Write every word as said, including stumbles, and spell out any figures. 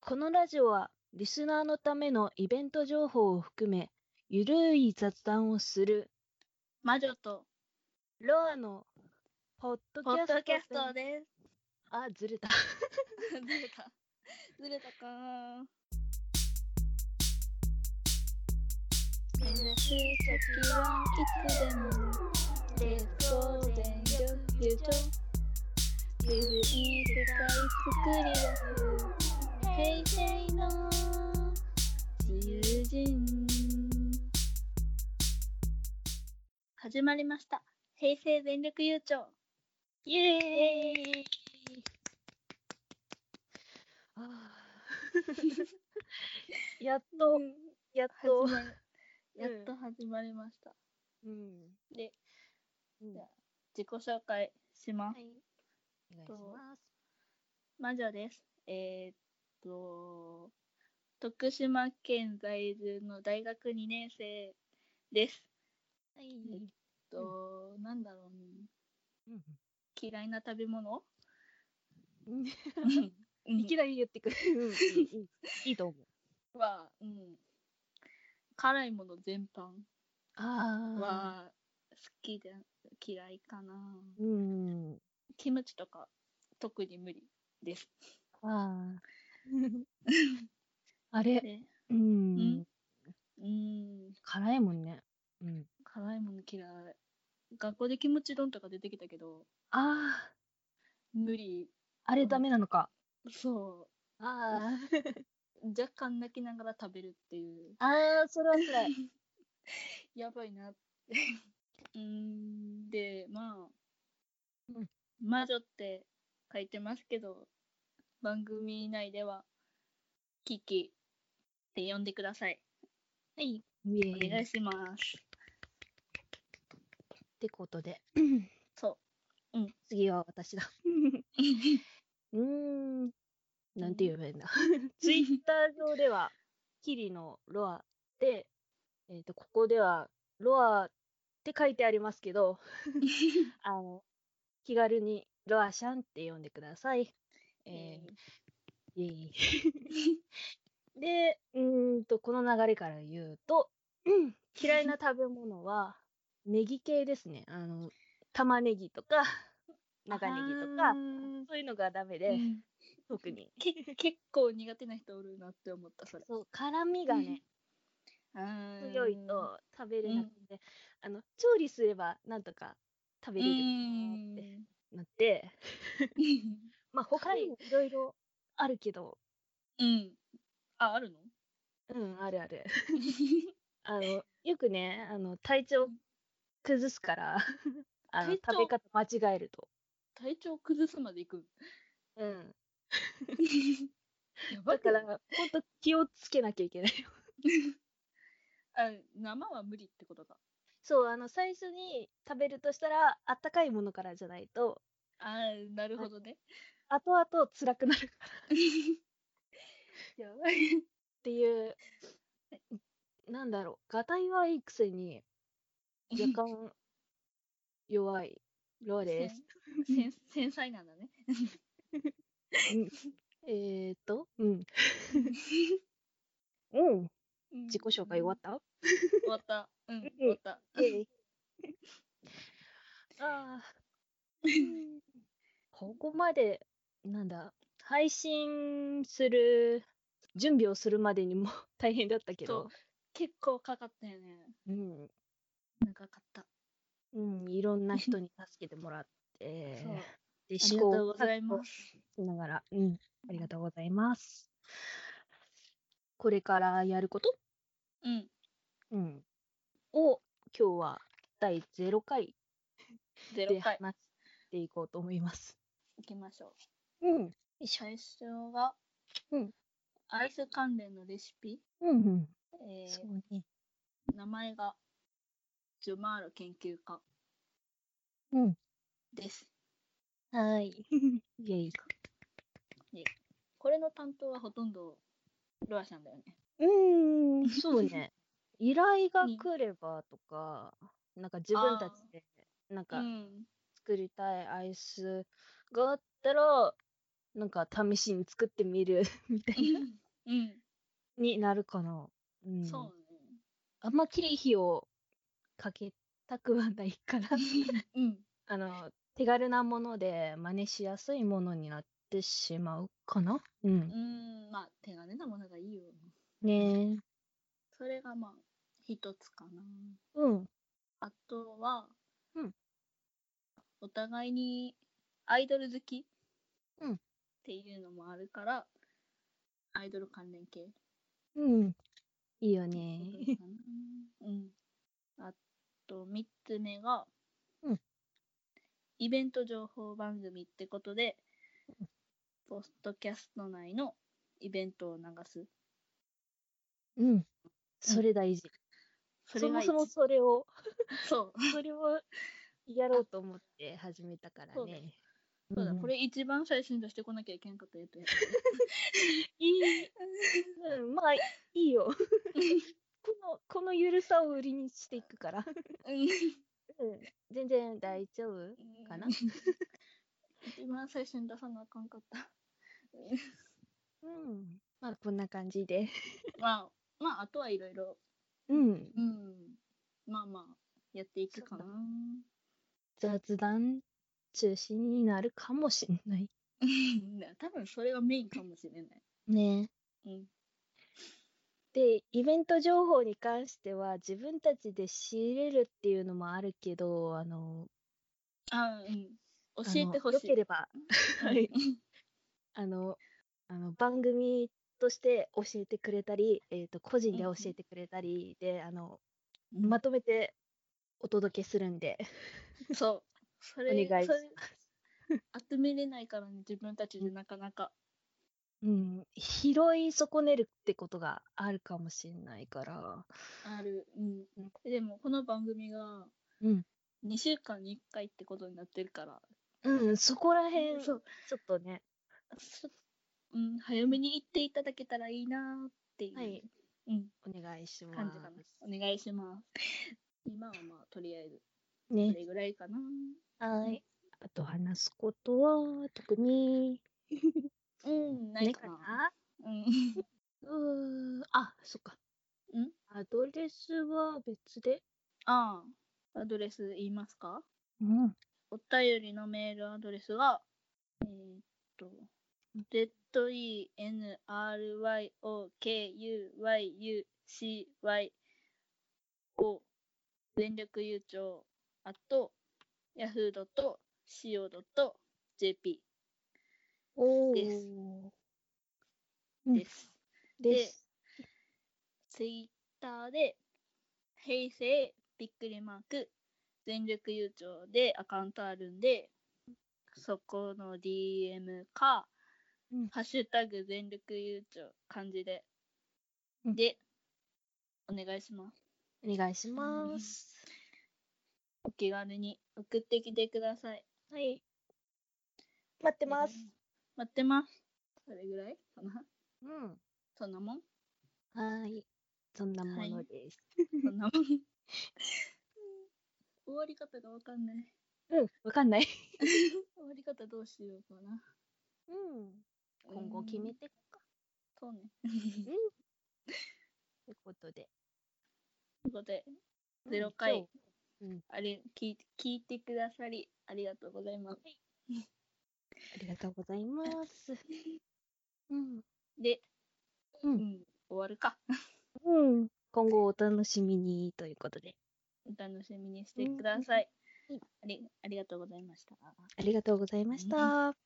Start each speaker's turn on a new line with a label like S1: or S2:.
S1: このラジオはリスナーのためのイベント情報を含め、ゆるい雑談をする
S2: 魔女と
S1: ロアのポッド
S2: ポッ
S1: キャスト
S2: ドキャストです。
S1: あ、ずれた。
S2: ずれた。ずれたかー。目指す先はいつでもレッド全力友情。ゆるい世界作り出す平成の自由人。始まりました。平成全力悠長。
S1: イエーイあーやっと、
S2: うん
S1: やっと。
S2: 始まるやっと始まりました。
S1: うん。
S2: で、
S1: うん
S2: じゃあ自己紹介します。
S1: はい。お願いします。
S2: 魔女です。えーっと、徳島県在住の大学にねん生です。
S1: はい。
S2: えっと、なんだろうね。
S1: うん
S2: 嫌いな食べ物
S1: うん
S2: うん
S1: いきなり言ってくる。うんいいいいいいと思う。
S2: は、うん、辛いもの全般
S1: ああ。
S2: は好きで嫌いかな。
S1: うん。
S2: キムチとか特に無理です。
S1: ああ。あれ、
S2: で、
S1: う
S2: うん
S1: ん。
S2: うん、
S1: 辛いもんね。うん。
S2: 辛いもの嫌い。学校でキムチ丼とか出てきたけど、
S1: ああ、
S2: 無理。
S1: あれダメなのか。
S2: そ
S1: あ
S2: う。若干泣きながら食べるっていう。
S1: あ。ああ、それは辛い。
S2: やばいなって。うーん。で、まあ、
S1: うん
S2: 魔女って書いてますけど、番組内では、キキって呼んでください。
S1: はい。イエーイ
S2: お願いします。
S1: ってことで、
S2: そう。うん。
S1: 次は私だ。うーん。なんて言えばいいんだ。ツイッター上では、キリのロアで、えっと、ここでは、ロアって書いてありますけど、あの、気軽にロアシャンって呼んでください。えー、イエーイ。で、うーんと、この流れから言うと、うん嫌いな食べ物は、ネギ系ですね。あの、玉ねぎとか、長ネギとか、そういうのがダメで、
S2: うん、
S1: 特に。
S2: け結構苦手な人おるなって思った、それ。
S1: そう、辛みがね、強いと食べれなくて、あの、調理すればなんとか食べれるかなってなって、まあ他にもいろいろあるけど、
S2: うん。あ、あるの
S1: うん、あるある。あの、よくね、あの、体調崩すから、あの、
S2: 体調
S1: 食べ方間違えると。
S2: 体調崩すまでいく。
S1: うん。
S2: やばくない
S1: だから、ほんと気をつけなきゃいけないよ。
S2: あ、生は無理ってことか。
S1: そう、あの、最初に食べるとしたら、あったかいものからじゃないと、
S2: あー、なるほどね。
S1: 後々辛くなるからっ
S2: やばい。
S1: ていう、なんだろう、がたいはいいくせに、若干弱いロアです。
S2: せん繊細なんだね。
S1: うんえーっと、うん。うん。自己紹介終わった
S2: 終わった。うん、終わった。
S1: イェイ。ああ、うんここまで、なんだ、配信する、準備をするまでにも大変だったけど、
S2: 結構かかったよね。
S1: うん、
S2: 長かった。
S1: うん、いろんな人に助けてもらって、
S2: そう。
S1: で、
S2: ありがとうございます。
S1: しながら、うん、ありがとうございます。これからやること
S2: うん。
S1: うん。を、今日は第ゼロかいで
S2: ゼロ回。
S1: 話していこうと思います。
S2: 行きましょ
S1: うん。
S2: う。最初は、
S1: うん。
S2: アイス関連のレシピ。
S1: うんうん。
S2: えー
S1: そうね。
S2: 名前が、ジョマール研究家
S1: うん。
S2: です。
S1: はーい。イェイ。
S2: これの担当はほとんどロアさんだよね。
S1: うーん、そうね。依頼が来ればとか、なんか自分たちで、なんか
S2: うん。
S1: 作りたいアイスがあったら、 なんか試しに作ってみるみたいな
S2: うん。
S1: になるかな。うん。
S2: そうね。
S1: あんま経費をかけたくはないから
S2: うん。
S1: あの、手軽なもので真似しやすいものになってしまうかな。う。
S2: うんん、まあ、手軽なものがいいよ。
S1: ねえ。
S2: それがまあ、一つかな。
S1: うん。
S2: あとは、
S1: うん。
S2: お互いにアイドル好きっ
S1: うん。
S2: ていうのもあるから、アイドル関連系。
S1: うん。いいよ
S2: こと
S1: ね。
S2: かな。うん。あと、三つ目が、
S1: うん。
S2: イベント情報番組ってことで、ポストキャスト内のイベントを流す。
S1: うん。それ大事。そもそも
S2: それが一、
S1: それを、
S2: そう。
S1: それをやろ
S2: あ、
S1: うと思って始めたから
S2: そうだ。
S1: ね。
S2: そうだ、
S1: うん。
S2: これ一番最初に出してこなきゃいけんかったやつやったね。
S1: いい。うん、まあ、いいよ。この、このゆるさを売りにしていくから。
S2: うん。
S1: うん。全然大丈夫かな。
S2: 一番最初に出さなあかんかった。
S1: うん。まあ、こんな感じで。
S2: まあ、まあ、あとはいろいろ、
S1: うん。
S2: うん。まあまあ、やっていくかな。
S1: 雑談中心になるかもしれない。
S2: 多分それがメインかもしれない。
S1: ね。
S2: うん。
S1: で、イベント情報に関しては自分たちで仕入れるっていうのもあるけど、あの、
S2: あ、うん。教
S1: あの、
S2: えてほしい。
S1: よければ、
S2: うん。
S1: はい。あの、あの、番組として教えてくれたり、えっと、個人で教えてくれたり、で、あの、
S2: うん
S1: まとめてお届けするんで、
S2: そう。そ
S1: お
S2: れ、
S1: 願いし
S2: それ、集めれないからね、自分たちでなかなか。
S1: うん、拾い損ねるってことがあるかもしれないから、
S2: ある。うん
S1: うん。
S2: でも、この番組が
S1: うん、
S2: にしゅうかんにいっかいってことになってるから、
S1: うん、そこら辺、
S2: そう。
S1: ちょっとね、
S2: そうん、早めに行っていただけたらいいなーっていう、
S1: はい、
S2: うん、
S1: お願いし
S2: 感じかな。
S1: ます。
S2: お願いします。今はまあ、とりあえず、そ
S1: ね、
S2: れぐらいかな。
S1: はい。あと話すことは、特に、
S2: うん、ない
S1: ない
S2: かな。
S1: かな。
S2: うん。
S1: うーん、あ、そっか。
S2: うん
S1: アドレスは別で。
S2: ああ、アドレス言いますか？
S1: うん。
S2: お便りのメールアドレスが、えーっと、zenryokuyucy を全力優勝 at ヤフー .co.jp
S1: お
S2: です。
S1: ー。うん、
S2: です。で、
S1: です。
S2: ツイッターで、平成びっくりマーク全力優勝でアカウントあるんで、そこの ディーエム か、
S1: うん、
S2: ハッシュタグ全力優勝漢字で、
S1: うん、
S2: で、お願いします。
S1: お願いします。
S2: お気軽に送ってきてください。
S1: はい。待ってます。
S2: 待ってます。それぐらいかな。
S1: うん。
S2: そんなもん
S1: はい。そんなものです。
S2: そんなもん終わり方がわかんない。
S1: うん、わかんない。
S2: 終わり方どうしようかな。
S1: うん。今後決めていくか。
S2: そうね。
S1: うん。ということで。
S2: ということで、
S1: うん
S2: ゼロかい、
S1: 今日うん。
S2: あれ聞い聞いてくださりありがとうございます。
S1: ありがとうございます。うん。
S2: で、
S1: う。
S2: うんん、終わるか。
S1: うん。今後お楽しみにということで。
S2: お楽しみにしてください。
S1: うん。
S2: ありありがとうございました。
S1: ありがとうございました。